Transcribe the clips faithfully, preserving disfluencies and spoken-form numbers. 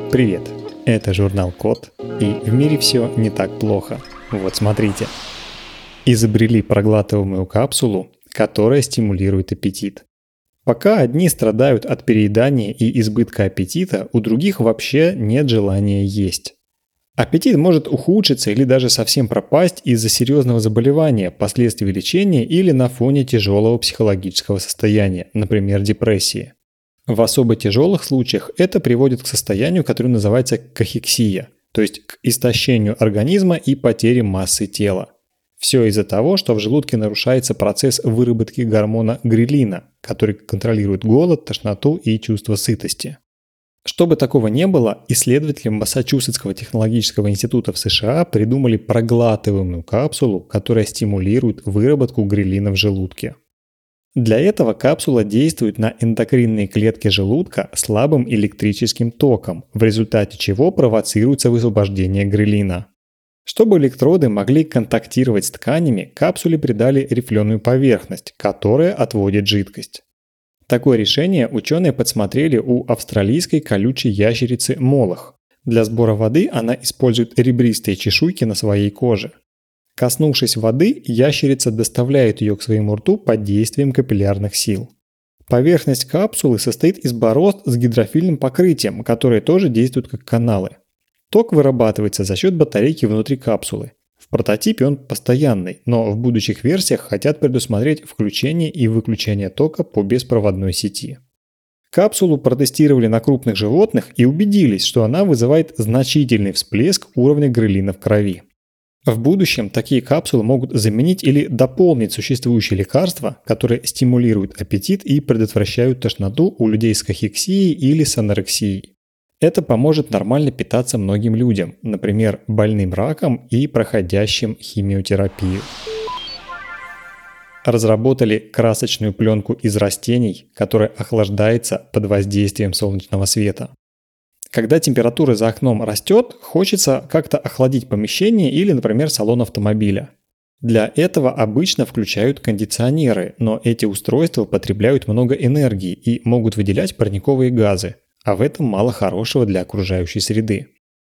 Привет, это журнал Код, и в мире все не так плохо. Вот смотрите. Изобрели проглатываемую капсулу, которая стимулирует аппетит. Пока одни страдают от переедания и избытка аппетита, у других вообще нет желания есть. Аппетит может ухудшиться или даже совсем пропасть из-за серьезного заболевания, последствий лечения или на фоне тяжелого психологического состояния, например, депрессии. В особо тяжелых случаях это приводит к состоянию, которое называется кахексия, то есть к истощению организма и потере массы тела. Все из-за того, что в желудке нарушается процесс выработки гормона грелина, который контролирует голод, тошноту и чувство сытости. Чтобы такого не было, исследователи Массачусетского технологического института в США придумали проглатываемую капсулу, которая стимулирует выработку грелина в желудке. Для этого капсула действует на эндокринные клетки желудка слабым электрическим током, в результате чего провоцируется высвобождение грелина. Чтобы электроды могли контактировать с тканями, капсуле придали рифленую поверхность, которая отводит жидкость. Такое решение ученые подсмотрели у австралийской колючей ящерицы молох. Для сбора воды она использует ребристые чешуйки на своей коже. Коснувшись воды, ящерица доставляет ее к своему рту под действием капиллярных сил. Поверхность капсулы состоит из борозд с гидрофильным покрытием, которые тоже действуют как каналы. Ток вырабатывается за счет батарейки внутри капсулы. В прототипе он постоянный, но в будущих версиях хотят предусмотреть включение и выключение тока по беспроводной сети. Капсулу протестировали на крупных животных и убедились, что она вызывает значительный всплеск уровня грелина в крови. В будущем такие капсулы могут заменить или дополнить существующие лекарства, которые стимулируют аппетит и предотвращают тошноту у людей с кахексией или с анорексией. Это поможет нормально питаться многим людям, например, больным раком и проходящим химиотерапию. Разработали красочную пленку из растений, которая охлаждается под воздействием солнечного света. Когда температура за окном растет, хочется как-то охладить помещение или, например, салон автомобиля. Для этого обычно включают кондиционеры, но эти устройства потребляют много энергии и могут выделять парниковые газы. А в этом мало хорошего для окружающей среды.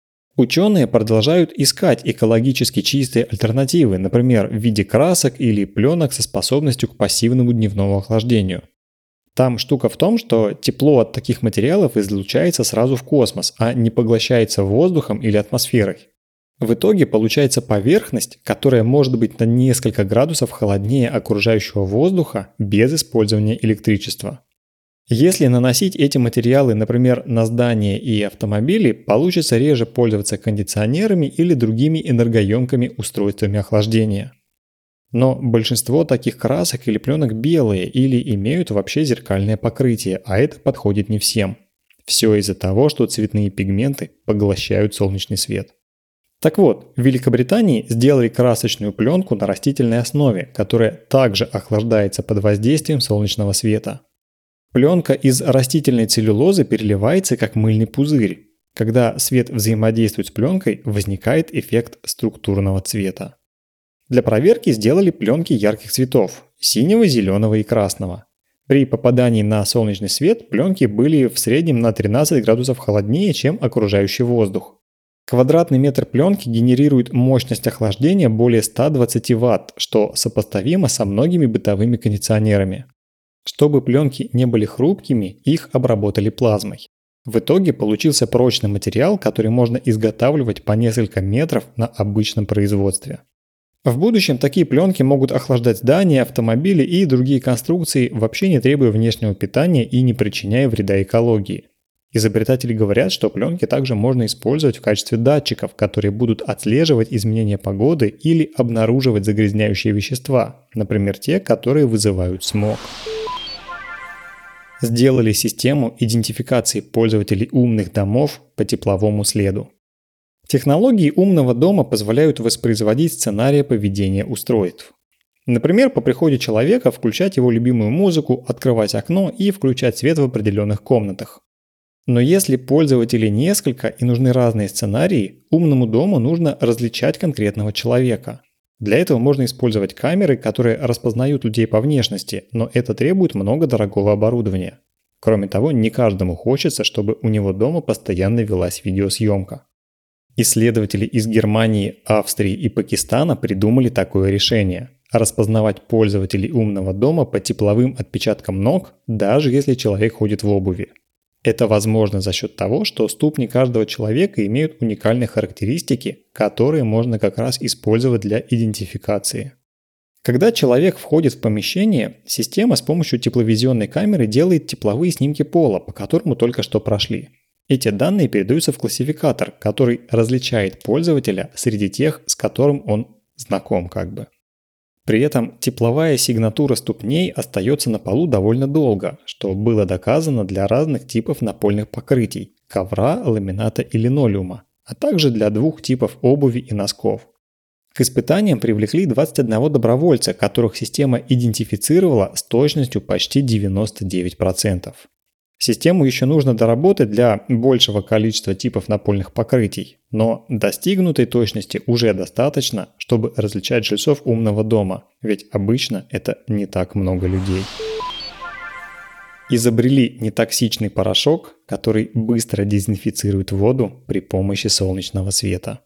Ученые продолжают искать экологически чистые альтернативы, например, в виде красок или пленок со способностью к пассивному дневному охлаждению. Там штука в том, что тепло от таких материалов излучается сразу в космос, а не поглощается воздухом или атмосферой. В итоге получается поверхность, которая может быть на несколько градусов холоднее окружающего воздуха без использования электричества. Если наносить эти материалы, например, на здания и автомобили, получится реже пользоваться кондиционерами или другими энергоемкими устройствами охлаждения. Но большинство таких красок или пленок белые или имеют вообще зеркальное покрытие, а это подходит не всем. Все из-за того, что цветные пигменты поглощают солнечный свет. Так вот, в Великобритании сделали красочную пленку на растительной основе, которая также охлаждается под воздействием солнечного света. Пленка из растительной целлюлозы переливается как мыльный пузырь. Когда свет взаимодействует с пленкой, возникает эффект структурного цвета. Для проверки сделали пленки ярких цветов – синего, зеленого и красного. При попадании на солнечный свет пленки были в среднем на тринадцать градусов холоднее, чем окружающий воздух. Квадратный метр пленки генерирует мощность охлаждения более ста двадцати ватт, что сопоставимо со многими бытовыми кондиционерами. Чтобы пленки не были хрупкими, их обработали плазмой. В итоге получился прочный материал, который можно изготавливать по несколько метров на обычном производстве. В будущем такие пленки могут охлаждать здания, автомобили и другие конструкции, вообще не требуя внешнего питания и не причиняя вреда экологии. Изобретатели говорят, что пленки также можно использовать в качестве датчиков, которые будут отслеживать изменения погоды или обнаруживать загрязняющие вещества, например, те, которые вызывают смог. Сделали систему идентификации пользователей умных домов по тепловому следу. Технологии умного дома позволяют воспроизводить сценарии поведения устройств. Например, по приходе человека включать его любимую музыку, открывать окно и включать свет в определенных комнатах. Но если пользователей несколько и нужны разные сценарии, умному дому нужно различать конкретного человека. Для этого можно использовать камеры, которые распознают людей по внешности, но это требует много дорогого оборудования. Кроме того, не каждому хочется, чтобы у него дома постоянно велась видеосъемка. Исследователи из Германии, Австрии и Пакистана придумали такое решение – распознавать пользователей умного дома по тепловым отпечаткам ног, даже если человек ходит в обуви. Это возможно за счет того, что ступни каждого человека имеют уникальные характеристики, которые можно как раз использовать для идентификации. Когда человек входит в помещение, система с помощью тепловизионной камеры делает тепловые снимки пола, по которому только что прошли. Эти данные передаются в классификатор, который различает пользователя среди тех, с которым он знаком как бы. При этом тепловая сигнатура ступней остается на полу довольно долго, что было доказано для разных типов напольных покрытий – ковра, ламината и линолеума, а также для двух типов обуви и носков. К испытаниям привлекли двадцать одного добровольца, которых система идентифицировала с точностью почти девяносто девять процентов. Систему еще нужно доработать для большего количества типов напольных покрытий, но достигнутой точности уже достаточно, чтобы различать жильцов умного дома, ведь обычно это не так много людей. Изобрели нетоксичный порошок, который быстро дезинфицирует воду при помощи солнечного света.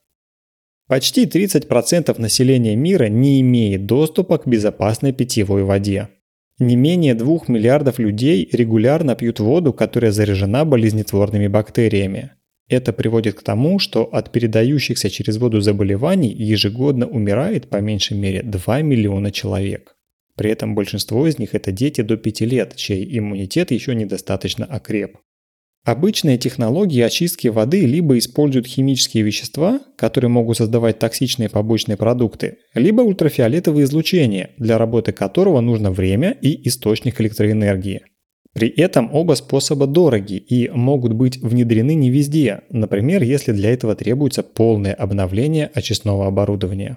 Почти тридцать процентов населения мира не имеет доступа к безопасной питьевой воде. Не менее двух миллиардов людей регулярно пьют воду, которая заражена болезнетворными бактериями. Это приводит к тому, что от передающихся через воду заболеваний ежегодно умирает по меньшей мере два миллиона человек. При этом большинство из них это дети до пяти лет, чей иммунитет еще недостаточно окреп. Обычные технологии очистки воды либо используют химические вещества, которые могут создавать токсичные побочные продукты, либо ультрафиолетовое излучение, для работы которого нужно время и источник электроэнергии. При этом оба способа дороги и могут быть внедрены не везде, например, если для этого требуется полное обновление очистного оборудования.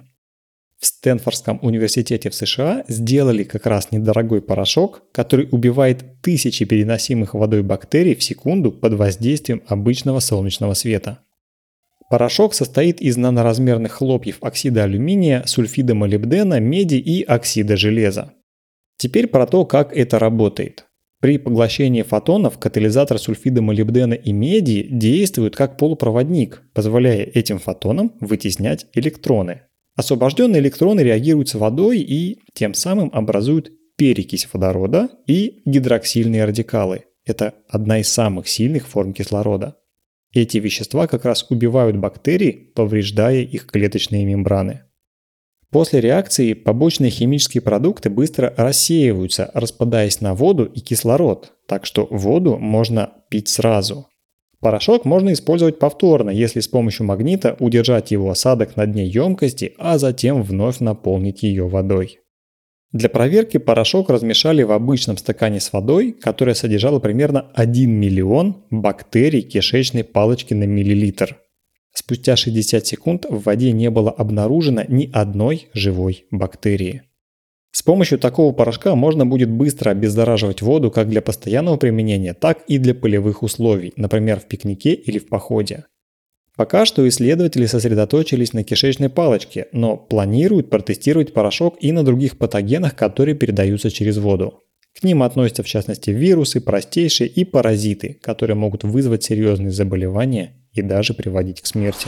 В Стэнфордском университете в США сделали как раз недорогой порошок, который убивает тысячи переносимых водой бактерий в секунду под воздействием обычного солнечного света. Порошок состоит из наноразмерных хлопьев оксида алюминия, сульфида молибдена, меди и оксида железа. Теперь про то, как это работает. При поглощении фотонов катализатор сульфида молибдена и меди действует как полупроводник, позволяя этим фотонам вытеснять электроны. Освобожденные электроны реагируют с водой и тем самым образуют перекись водорода и гидроксильные радикалы. Это одна из самых сильных форм кислорода. Эти вещества как раз убивают бактерии, повреждая их клеточные мембраны. После реакции побочные химические продукты быстро рассеиваются, распадаясь на воду и кислород, так что воду можно пить сразу. Порошок можно использовать повторно, если с помощью магнита удержать его осадок на дне емкости, а затем вновь наполнить ее водой. Для проверки порошок размешали в обычном стакане с водой, которая содержала примерно один миллион бактерий кишечной палочки на миллилитр. Спустя шестьдесят секунд в воде не было обнаружено ни одной живой бактерии. С помощью такого порошка можно будет быстро обеззараживать воду как для постоянного применения, так и для полевых условий, например, в пикнике или в походе. Пока что исследователи сосредоточились на кишечной палочке, но планируют протестировать порошок и на других патогенах, которые передаются через воду. К ним относятся в частности вирусы, простейшие и паразиты, которые могут вызвать серьезные заболевания и даже приводить к смерти.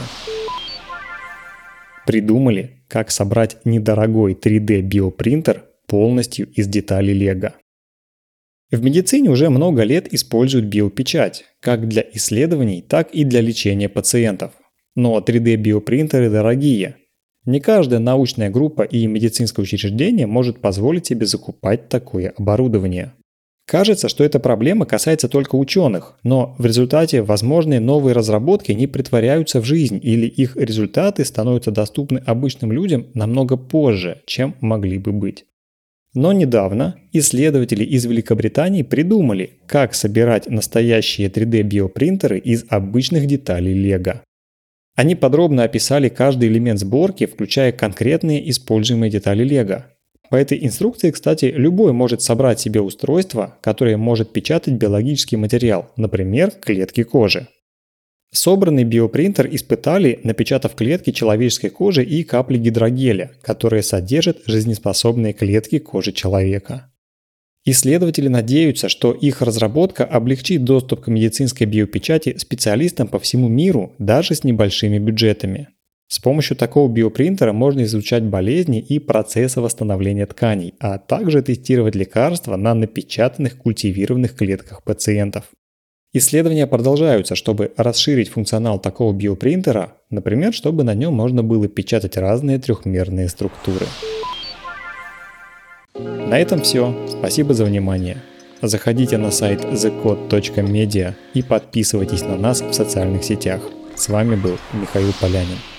Придумали, как собрать недорогой три дэ биопринтер полностью из деталей Лего. В медицине уже много лет используют биопечать, как для исследований, так и для лечения пациентов. Но три дэ биопринтеры дорогие. Не каждая научная группа и медицинское учреждение может позволить себе закупать такое оборудование. Кажется, что эта проблема касается только ученых, но в результате возможные новые разработки не претворяются в жизнь или их результаты становятся доступны обычным людям намного позже, чем могли бы быть. Но недавно исследователи из Великобритании придумали, как собирать настоящие три дэ биопринтеры из обычных деталей Лего. Они подробно описали каждый элемент сборки, включая конкретные используемые детали Лего. По этой инструкции, кстати, любой может собрать себе устройство, которое может печатать биологический материал, например, клетки кожи. Собранный биопринтер испытали, напечатав клетки человеческой кожи и капли гидрогеля, которые содержат жизнеспособные клетки кожи человека. Исследователи надеются, что их разработка облегчит доступ к медицинской биопечати специалистам по всему миру, даже с небольшими бюджетами. С помощью такого биопринтера можно изучать болезни и процессы восстановления тканей, а также тестировать лекарства на напечатанных культивированных клетках пациентов. Исследования продолжаются, чтобы расширить функционал такого биопринтера, например, чтобы на нем можно было печатать разные трехмерные структуры. На этом все. Спасибо за внимание. Заходите на сайт зе код точка медиа и подписывайтесь на нас в социальных сетях. С вами был Михаил Полянин.